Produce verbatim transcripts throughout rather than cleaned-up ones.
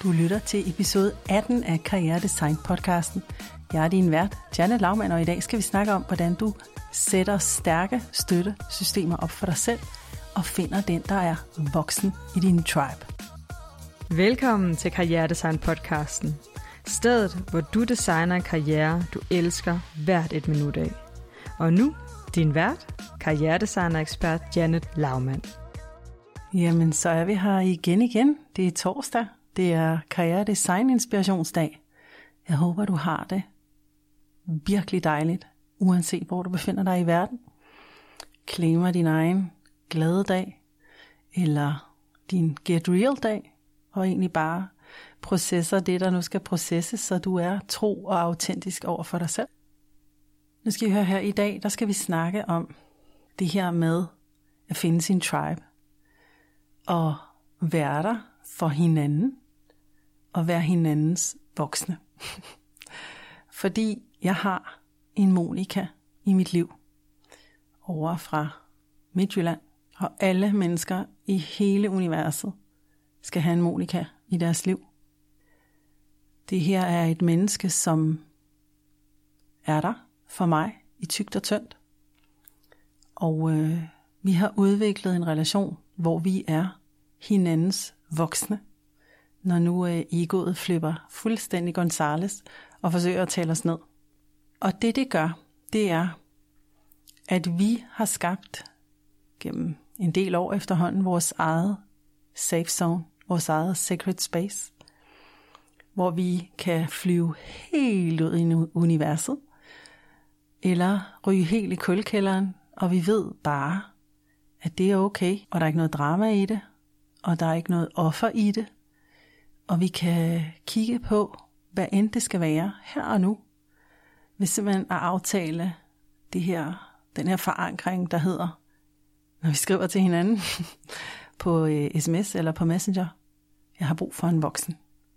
Du lytter til episode atten af Karrieredesign podcasten. Jeg er din vært, Janet Laumann, og i dag skal vi snakke om, hvordan du sætter stærke støttesystemer op for dig selv og finder den, der er voksen i din tribe. Velkommen til Karrieredesign podcasten. Stedet, hvor du designer en karriere, du elsker hvert et minut af. Og nu, din vært, karrieredesigner-ekspert Janet Laumann. Jamen, så er vi her igen igen. Det er torsdag. Det er Karrieredesign-inspirationsdag. Jeg håber, du har det virkelig dejligt, uanset hvor du befinder dig i verden. Claimer din egen glade dag, eller din get real dag, og egentlig bare processer det, der nu skal processes, så du er tro og autentisk over for dig selv. Nu skal vi høre her i dag, der skal vi snakke om det her med at finde sin tribe, og være der for hinanden, og være hinandens voksne. Fordi jeg har en Monika i mit liv, over fra Midtjylland, og alle mennesker i hele universet skal have en Monika i deres liv. Det her er et menneske, som er der for mig i tykt og tyndt. Og øh, vi har udviklet en relation, hvor vi er hinandens voksne, når nu øh, egoet flipper fuldstændig Gonzales og forsøger at tale os ned. Og det det gør, det er, at vi har skabt gennem en del år efterhånden vores eget safe zone, vores eget sacred space, hvor vi kan flyve helt ud i universet, eller ryge helt i kulkælderen, og vi ved bare, at det er okay, og der er ikke noget drama i det, og der er ikke noget offer i det, og vi kan kigge på, hvad end det skal være her og nu, hvis simpelthen at aftale det her, den her forankring, der hedder, når vi skriver til hinanden på sms eller på Messenger, jeg har brug for en voksen.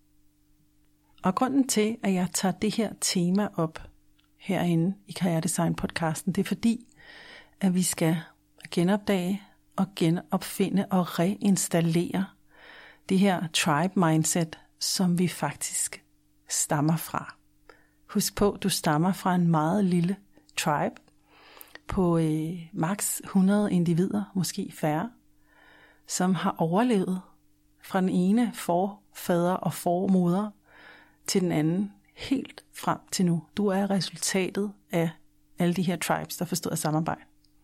Og grunden til, at jeg tager det her tema op herinde i Karrieredesign podcasten, det er fordi, at vi skal genopdage og genopfinde og reinstallere det her tribe mindset, som vi faktisk stammer fra. Husk på, du stammer fra en meget lille tribe på øh, maks hundrede individer, måske færre, som har overlevet fra den ene forfader og formoder til den anden helt frem til nu. Du er resultatet af alle de her tribes, der forstår at samarbejde.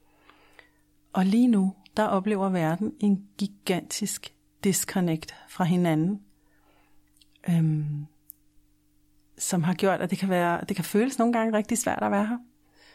Og lige nu, der oplever verden en gigantisk disconnect fra hinanden, øhm, som har gjort, at det kan være, det kan føles nogle gange rigtig svært at være her.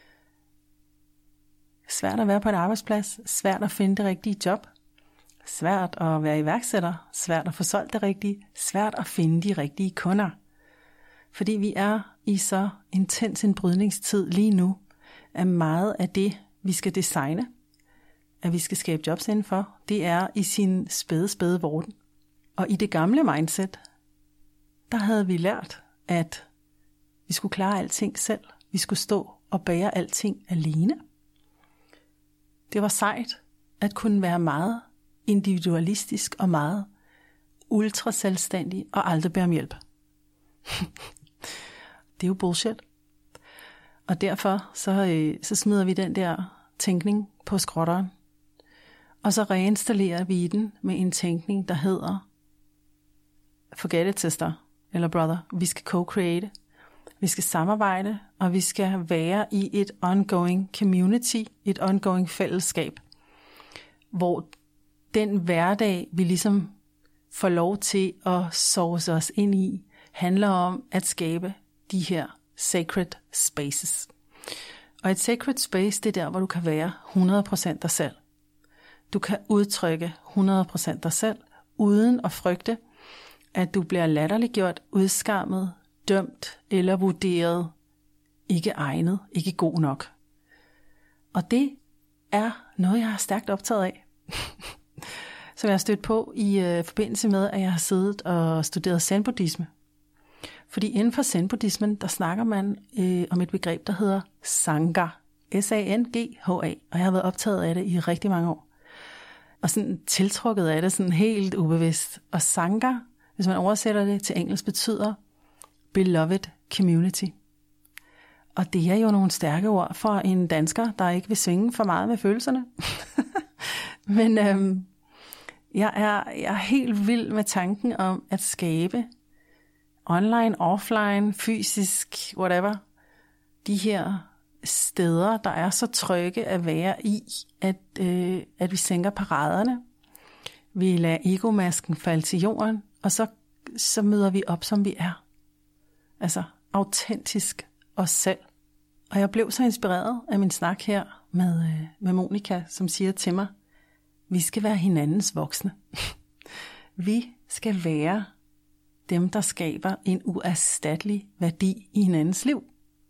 Svært at være på en arbejdsplads, svært at finde det rigtige job, svært at være iværksætter, svært at få solgt det rigtige, svært at finde de rigtige kunder. Fordi vi er i så intens en brydningstid lige nu, at meget af det, vi skal designe, at vi skal skabe jobs indenfor, det er i sin spæde, spæde vorden. Og i det gamle mindset, der havde vi lært, at vi skulle klare alting selv. Vi skulle stå og bære alting alene. Det var sejt at kunne være meget individualistisk og meget ultra selvstændig og aldrig bede om hjælp. Det er jo bullshit. Og derfor så, øh, så smider vi den der tænkning på skrotteren. Og så reinstallerer vi den med en tænkning, der hedder forget it, sister eller brother. Vi skal co-create. Vi skal samarbejde, og vi skal være i et ongoing community, et ongoing fællesskab, hvor den hverdag, vi ligesom får lov til at source os ind i, handler om at skabe de her sacred spaces. Og et sacred space, det er der, hvor du kan være hundrede procent dig selv. Du kan udtrykke hundrede procent dig selv, uden at frygte, at du bliver latterliggjort, udskammet, dømt eller vurderet, ikke egnet, ikke god nok. Og det er noget, jeg er stærkt optaget af. Som jeg har stødt på i øh, forbindelse med, at jeg har siddet og studeret zen-buddhisme. Fordi inden for zen-buddhismen, der snakker man øh, om et begreb, der hedder Sangha. S A N G H A. Og jeg har været optaget af det i rigtig mange år. Og sådan tiltrukket af det, sådan helt ubevidst. Og Sangha, hvis man oversætter det til engelsk, betyder beloved community. Og det er jo nogle stærke ord for en dansker, der ikke vil svinge for meget med følelserne. Men øhm, jeg, er, jeg er helt vild med tanken om at skabe online, offline, fysisk, whatever, de her steder, der er så trygge at være i, at, øh, at vi sænker paraderne. Vi lader egomasken falde til jorden, og så, så møder vi op, som vi er. Altså autentisk os selv. Og jeg blev så inspireret af min snak her med, øh, med Monica, som siger til mig, vi skal være hinandens voksne. Vi skal være dem, der skaber en uerstattelig værdi i hinandens liv.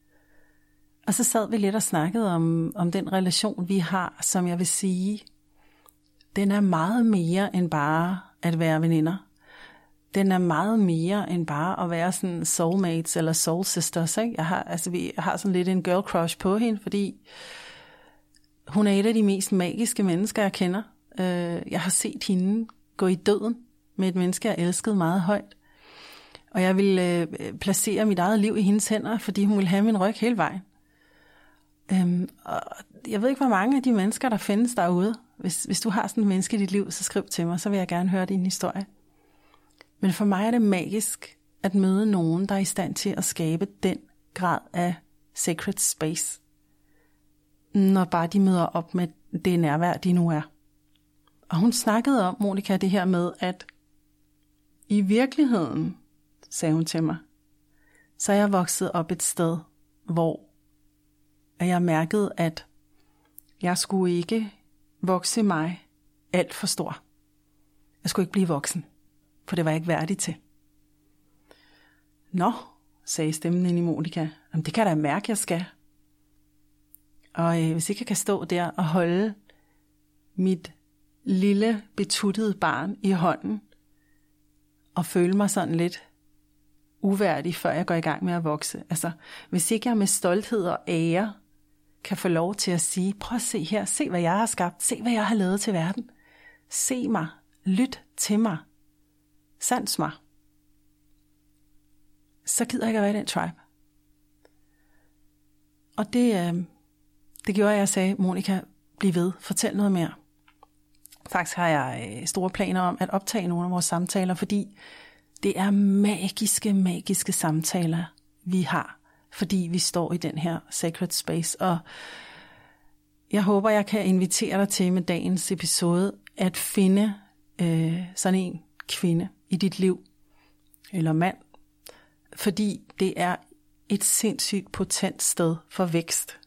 Og så sad vi lidt og snakkede om, om den relation, vi har, som jeg vil sige, den er meget mere end bare at være veninder. Den er meget mere end bare at være sådan soulmates eller soul sisters. Ikke? Jeg har, altså, vi, jeg har sådan lidt en girl crush på hende, fordi hun er et af de mest magiske mennesker, jeg kender. Jeg har set hende gå i døden med et menneske, jeg elskede meget højt. Og jeg ville placere mit eget liv i hendes hænder, fordi hun ville have min ryg hele vejen. Øhm, og jeg ved ikke, hvor mange af de mennesker, der findes derude. Hvis, hvis du har sådan et menneske i dit liv, så skriv til mig, så vil jeg gerne høre din historie. Men for mig er det magisk at møde nogen, der er i stand til at skabe den grad af sacred space, når bare de møder op med det nærvær, de nu er. Og hun snakkede om, Monica, det her med, at i virkeligheden, sagde hun til mig, så er jeg vokset op et sted, hvor jeg mærkede, at jeg skulle ikke vokse mig alt for stor. Jeg skulle ikke blive voksen, for det var jeg ikke værdig til. Nå, sagde stemmen ind i Monica, jamen det kan jeg da mærke, jeg skal. Og øh, hvis ikke jeg kan stå der og holde mit lille betuttede barn i hånden, og føle mig sådan lidt uværdig, før jeg går i gang med at vokse. Altså, hvis ikke jeg med stolthed og ære kan få lov til at sige, prøv at se her, se hvad jeg har skabt, se hvad jeg har lavet til verden. Se mig, lyt til mig, sans mig. Så gider jeg ikke at være i den tribe. Og det, øh, det gjorde jeg, at jeg sagde, Monica, bliv ved, fortæl noget mere. Faktisk har jeg store planer om at optage nogle af vores samtaler, fordi det er magiske, magiske samtaler, vi har, fordi vi står i den her sacred space. Og jeg håber, jeg kan invitere dig til med dagens episode at finde øh, sådan en kvinde i dit liv, eller mand, fordi det er et sindssygt potent sted for vækst.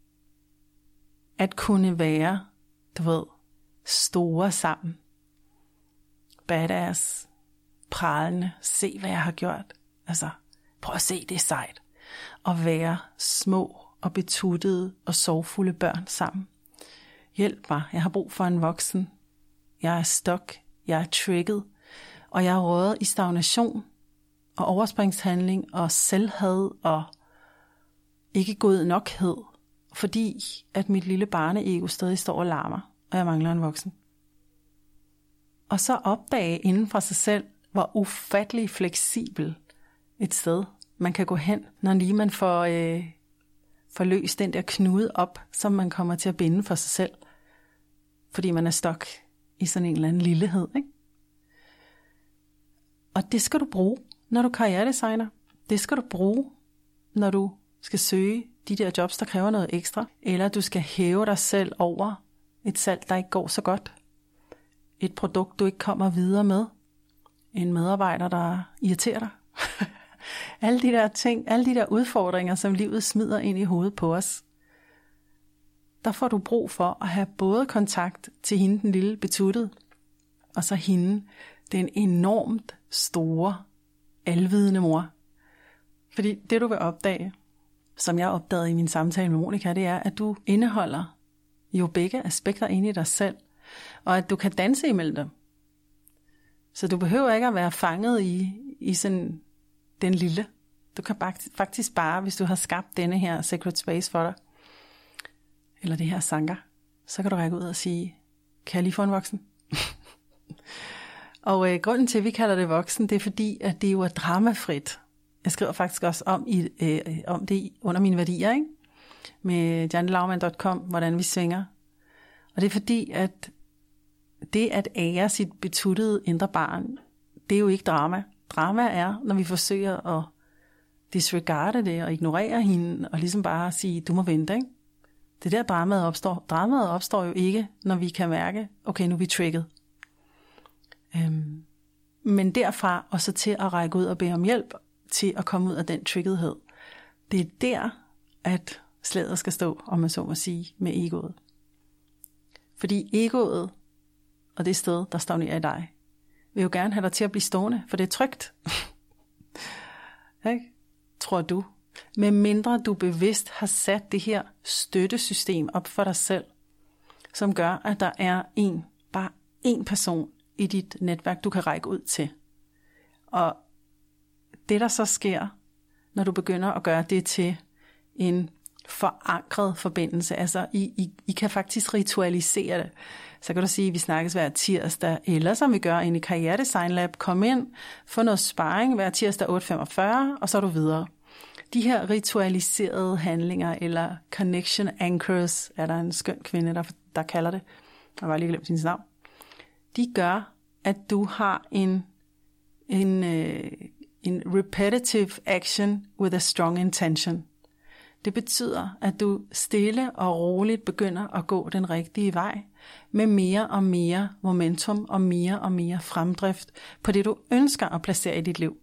At kunne være, du ved, store sammen, badass, pralende, se hvad jeg har gjort, altså prøv at se, det er sejt, og være små og betuttede og sorgfulde børn sammen. Hjælp mig, jeg har brug for en voksen, jeg er stok, jeg er trigget, og jeg er røget i stagnation og overspringshandling og selvhad og ikke god nokhed, fordi at mit lille barneego stadig står og larmer, og jeg mangler en voksen. Og så opdage inden for sig selv, hvor ufattelig fleksibel et sted man kan gå hen, når lige man får, øh, får løst den der knude op, som man kommer til at binde for sig selv, fordi man er stok i sådan en eller anden lillehed, ikke? Og det skal du bruge, når du er karrieredesigner. Det skal du bruge, når du skal søge de der jobs, der kræver noget ekstra, eller du skal hæve dig selv over et salg, der ikke går så godt. Et produkt, du ikke kommer videre med. En medarbejder, der irriterer dig. Alle de der ting, alle de der udfordringer, som livet smider ind i hovedet på os. Der får du brug for at have både kontakt til hende, den lille betuttede, og så hende, den enormt store, alvidende mor. Fordi det du vil opdage, som jeg opdagede i min samtale med Monica, det er, at du indeholder jo begge aspekter inde i dig selv, og at du kan danse imellem dem. Så du behøver ikke at være fanget i, i sådan den lille. Du kan faktisk bare, hvis du har skabt denne her sacred space for dig, eller det her sangha, så kan du række ud og sige, kan jeg lige få en voksen? Og øh, grunden til, at vi kalder det voksen, det er fordi, at det jo er dramafrit. Jeg skriver faktisk også om, i, øh, om det under mine værdier, ikke? Med janelaumann punktum com, hvordan vi svinger. Og det er fordi, at det at ære sit betuttede indre barn, det er jo ikke drama. Drama er, når vi forsøger at disregarde det og ignorere hende, og ligesom bare sige, du må vente, ikke? Det er der dramaet opstår. Dramaet opstår jo ikke, når vi kan mærke, okay, nu er vi trigget. Øhm, men derfra og så til at række ud og bede om hjælp til at komme ud af den triggethed. Det er der, at slaget skal stå, om man så må sige, med egoet. Fordi egoet, og det sted, der stagnerer i dig, vil jo gerne have dig til at blive stående, for det er trygt. Ikke? Tror du. Med mindre du bevidst har sat det her støttesystem op for dig selv, som gør, at der er en, bare en person i dit netværk, du kan række ud til. Og det, der så sker, når du begynder at gøre det til en forankret forbindelse, altså I, I, I kan faktisk ritualisere det. Så kan du sige, at vi snakkes hver tirsdag, eller som vi gør inde i Karriere Design Lab, kom ind, få noget sparring hver tirsdag otte femogfyrre, og så er du videre. De her ritualiserede handlinger, eller connection anchors, er der en skøn kvinde, der, der kalder det, jeg var lige glemt sin navn, de gør, at du har en, en, øh, en repetitive action with a strong intention. Det betyder, at du stille og roligt begynder at gå den rigtige vej, med mere og mere momentum og mere og mere fremdrift på det, du ønsker at placere i dit liv.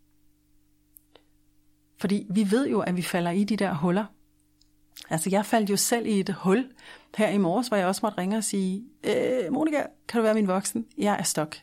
Fordi vi ved jo, at vi falder i de der huller. Altså jeg faldt jo selv i et hul her i morges, hvor jeg også måtte ringe og sige, øh, Monika, kan du være min voksen? Jeg er stok.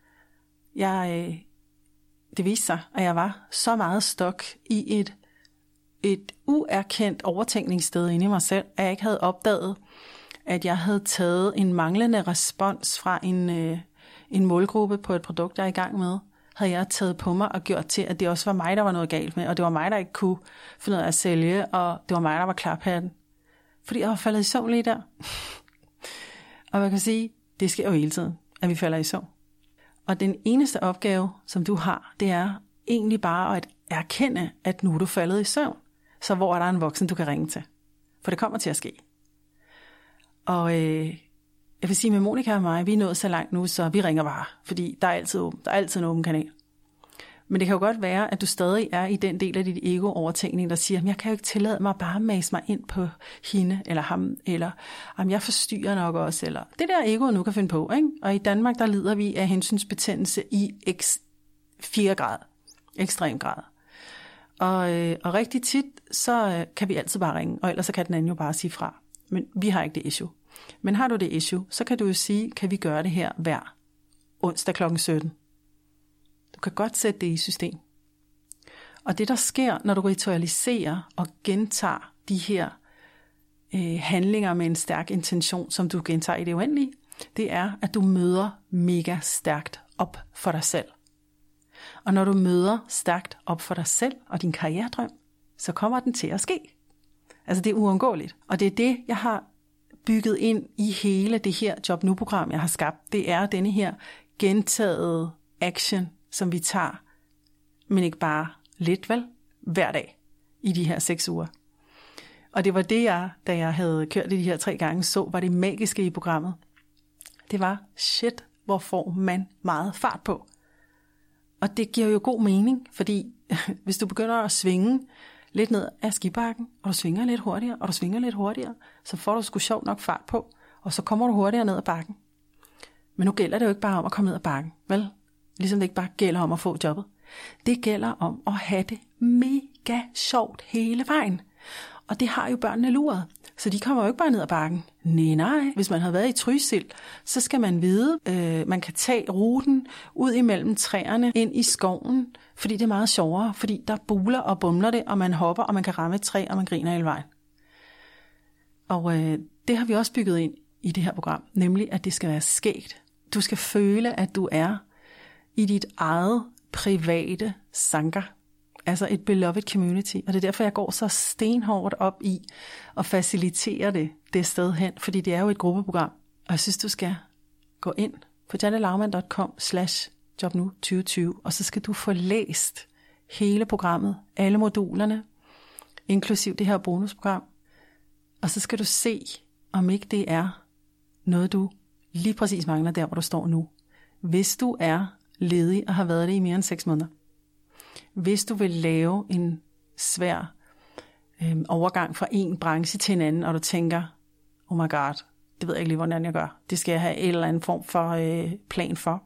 Jeg, øh, det viste sig, at jeg var så meget stok i et, et uerkendt overtænkningssted inde i mig selv, at jeg ikke havde opdaget, at jeg havde taget en manglende respons fra en, øh, en målgruppe på et produkt, jeg er i gang med, havde jeg taget på mig og gjort til, at det også var mig, der var noget galt med, og det var mig, der ikke kunne finde ud af at sælge, og det var mig, der var klaphatten. Fordi jeg var faldet i søvn lige der. Og man kan sige, det sker jo hele tiden, at vi falder i søvn. Og den eneste opgave, som du har, det er egentlig bare at erkende, at nu er du faldet i søvn. Så hvor er der en voksen, du kan ringe til? For det kommer til at ske. Og øh, jeg vil sige, med Monika og mig, vi er nået så langt nu, så vi ringer bare. Fordi der er altid, der er altid en åben kanal. Men det kan jo godt være, at du stadig er i den del af dit ego-overtænkning, der siger, jeg kan jo ikke tillade mig bare at mase mig ind på hende eller ham, eller jeg forstyrrer nok også, eller det der ego nu kan finde på. Ikke? Og i Danmark, der lider vi af hensynsbetændelse i x fire grad, ekstrem grad. Og, øh, og rigtig tit, så øh, kan vi altid bare ringe, og ellers så kan den anden jo bare sige fra. Men vi har ikke det issue. Men har du det issue, så kan du jo sige, kan vi gøre det her hver onsdag klokken sytten. Du kan godt sætte det i system. Og det, der sker, når du ritualiserer og gentager de her øh, handlinger med en stærk intention, som du gentager i det uendelige, det er, at du møder mega stærkt op for dig selv. Og når du møder stærkt op for dig selv og din karrieredrøm, så kommer den til at ske. Altså det er uundgåeligt. Og det er det, jeg har bygget ind i hele det her Job Nu-program, jeg har skabt. Det er denne her gentagede action, som vi tager, men ikke bare lidt, vel? Hver dag i de her seks uger. Og det var det, jeg, da jeg havde kørt det de her tre gange, så var det magiske i programmet. Det var, shit, hvor får man meget fart på. Og det giver jo god mening, fordi hvis du begynder at svinge lidt ned af skibakken, og du svinger lidt hurtigere, og du svinger lidt hurtigere, så får du sgu sjovt nok fart på, og så kommer du hurtigere ned ad bakken. Men nu gælder det jo ikke bare om at komme ned ad bakken, vel? Ligesom det ikke bare gælder om at få jobbet. Det gælder om at have det mega sjovt hele vejen. Og det har jo børnene luret. Så de kommer jo ikke bare ned ad bakken. Nej, nej. Hvis man har været i Trysil, så skal man vide, øh, man kan tage ruten ud imellem træerne ind i skoven, fordi det er meget sjovere, fordi der buler og bumler det, og man hopper, og man kan ramme et træ, og man griner hele vejen. Og øh, det har vi også bygget ind i det her program, nemlig at det skal være skægt. Du skal føle, at du er i dit eget private sanker. Altså et beloved community. Og det er derfor, jeg går så stenhårdt op i at facilitere det, det sted hen. Fordi det er jo et gruppeprogram. Og jeg synes, du skal gå ind på jannelaumann punktum com slash jobnu tyve tyve, og så skal du få læst hele programmet, alle modulerne, inklusiv det her bonusprogram, og så skal du se, om ikke det er noget, du lige præcis mangler der, hvor du står nu. Hvis du er ledig og har været det i mere end seks måneder, hvis du vil lave en svær øh, overgang fra en branche til en anden, og du tænker, oh my god, det ved jeg ikke lige, hvordan jeg gør. Det skal jeg have en eller anden form for øh, plan for.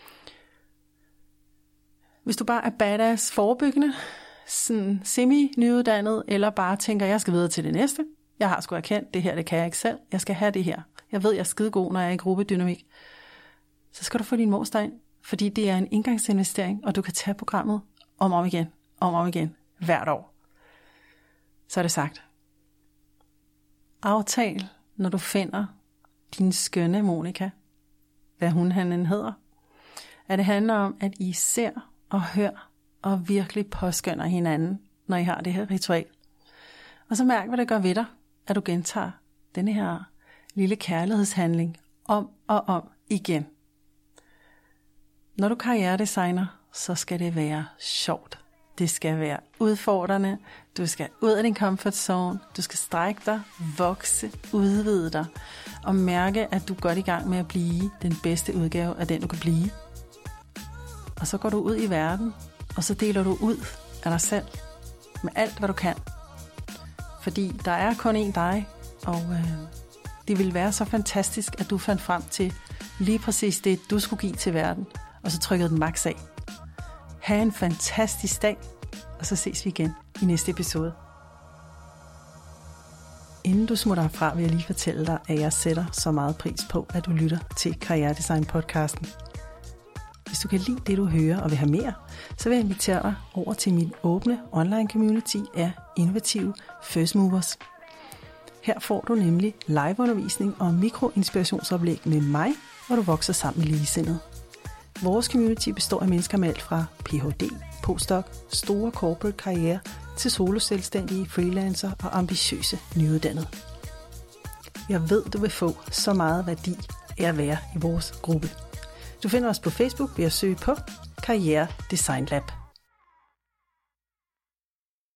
Hvis du bare er badass forebyggende, sådan semi-nyuddannet, eller bare tænker, jeg skal videre til det næste. Jeg har sgu erkendt, det her, det kan jeg ikke selv. Jeg skal have det her. Jeg ved, jeg er skidegod, når jeg er i gruppedynamik. Så skal du få din mors ind, fordi det er en indgangsinvestering, og du kan tage programmet om og om igen, om og om igen, hvert år. Så er det sagt. Aftal, når du finder din skønne Monika, hvad hun han hedder, at det handler om, at I ser og hører og virkelig påskønner hinanden, når I har det her ritual. Og så mærk, hvad det gør ved dig, at du gentager denne her lille kærlighedshandling om og om igen. Når du er karrieredesigner, så skal det være sjovt. Det skal være udfordrende. Du skal ud af din comfort zone. Du skal strække dig, vokse, udvide dig og mærke, at du er godt i gang med at blive den bedste udgave af den, du kan blive. Og så går du ud i verden, og så deler du ud af dig selv med alt, hvad du kan. Fordi der er kun én dig, og øh, det ville være så fantastisk, at du fandt frem til lige præcis det, du skulle give til verden, og så trykkede den max af. Ha' en fantastisk dag, og så ses vi igen i næste episode. Inden du smutter herfra, vil jeg lige fortælle dig, at jeg sætter så meget pris på, at du lytter til Karrieredesign-podcasten. Hvis du kan lide det, du hører og vil have mere, så vil jeg invitere dig over til min åbne online community af innovative First Movers. Her får du nemlig liveundervisning og mikroinspirationsoplæg med mig, hvor du vokser sammen med ligesindede. Vores community består af mennesker med alt fra P H D, postdoc, store corporate karriere til soloselvstændige, freelancer og ambitiøse nyuddannede. Jeg ved, du vil få så meget værdi af at være i vores gruppe. Du finder os på Facebook ved at søge på Karriere Design Lab.